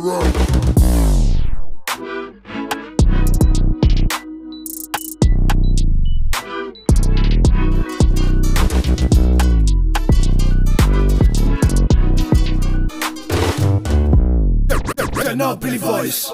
The Nobili Voice.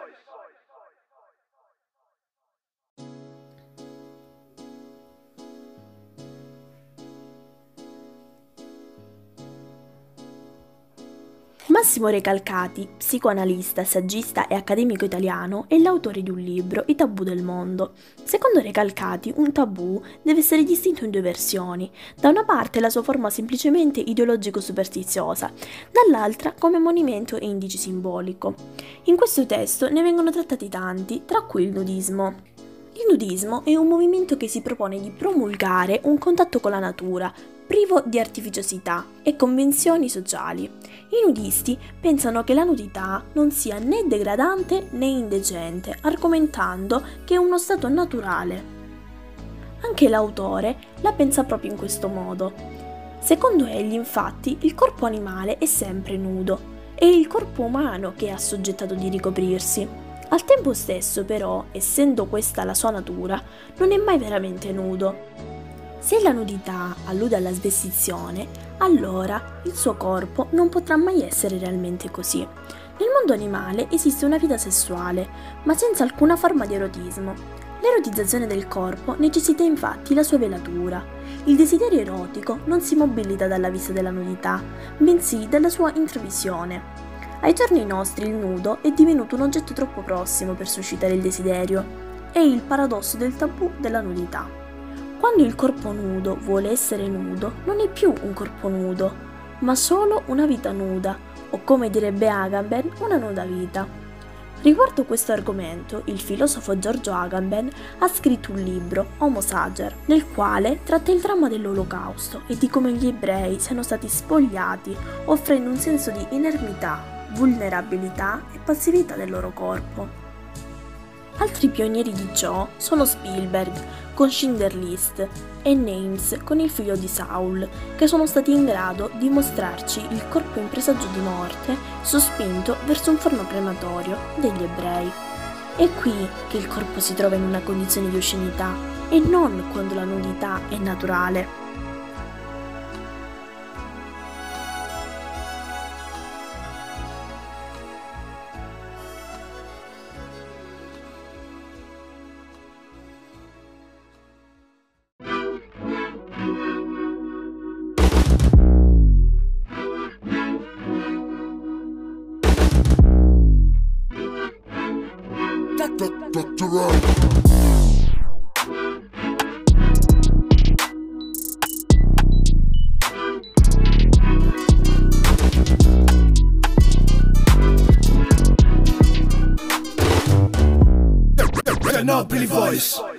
Massimo Recalcati, psicoanalista, saggista e accademico italiano, è l'autore di un libro, I tabù del mondo. Secondo Recalcati, un tabù deve essere distinto in due versioni. Da una parte la sua forma semplicemente ideologico-superstiziosa, dall'altra come monumento e indice simbolico. In questo testo ne vengono trattati tanti, tra cui il nudismo. Il nudismo è un movimento che si propone di promulgare un contatto con la natura, privo di artificiosità e convenzioni sociali. I nudisti pensano che la nudità non sia né degradante né indecente, argomentando che è uno stato naturale. Anche l'autore la pensa proprio in questo modo. Secondo egli, infatti, il corpo animale è sempre nudo, è il corpo umano che è assoggettato di ricoprirsi. Al tempo stesso, però, essendo questa la sua natura, non è mai veramente nudo. Se la nudità allude alla svestizione, allora il suo corpo non potrà mai essere realmente così. Nel mondo animale esiste una vita sessuale, ma senza alcuna forma di erotismo. L'erotizzazione del corpo necessita infatti la sua velatura. Il desiderio erotico non si mobilita dalla vista della nudità, bensì dalla sua introvisione. Ai giorni nostri il nudo è divenuto un oggetto troppo prossimo per suscitare il desiderio. È il paradosso del tabù della nudità. Quando il corpo nudo vuole essere nudo, non è più un corpo nudo, ma solo una vita nuda, o come direbbe Agamben, una nuda vita. Riguardo questo argomento, il filosofo Giorgio Agamben ha scritto un libro, Homo Sacer, nel quale tratta il dramma dell'Olocausto e di come gli ebrei siano stati spogliati, offrendo un senso di inermità, vulnerabilità e passività del loro corpo. Altri pionieri di ciò sono Spielberg con Schindler's List e Names con Il figlio di Saul, che sono stati in grado di mostrarci il corpo in presagio di morte sospinto verso un forno crematorio degli ebrei. È qui che il corpo si trova in una condizione di oscenità e non quando la nudità è naturale. The Nobili Voice.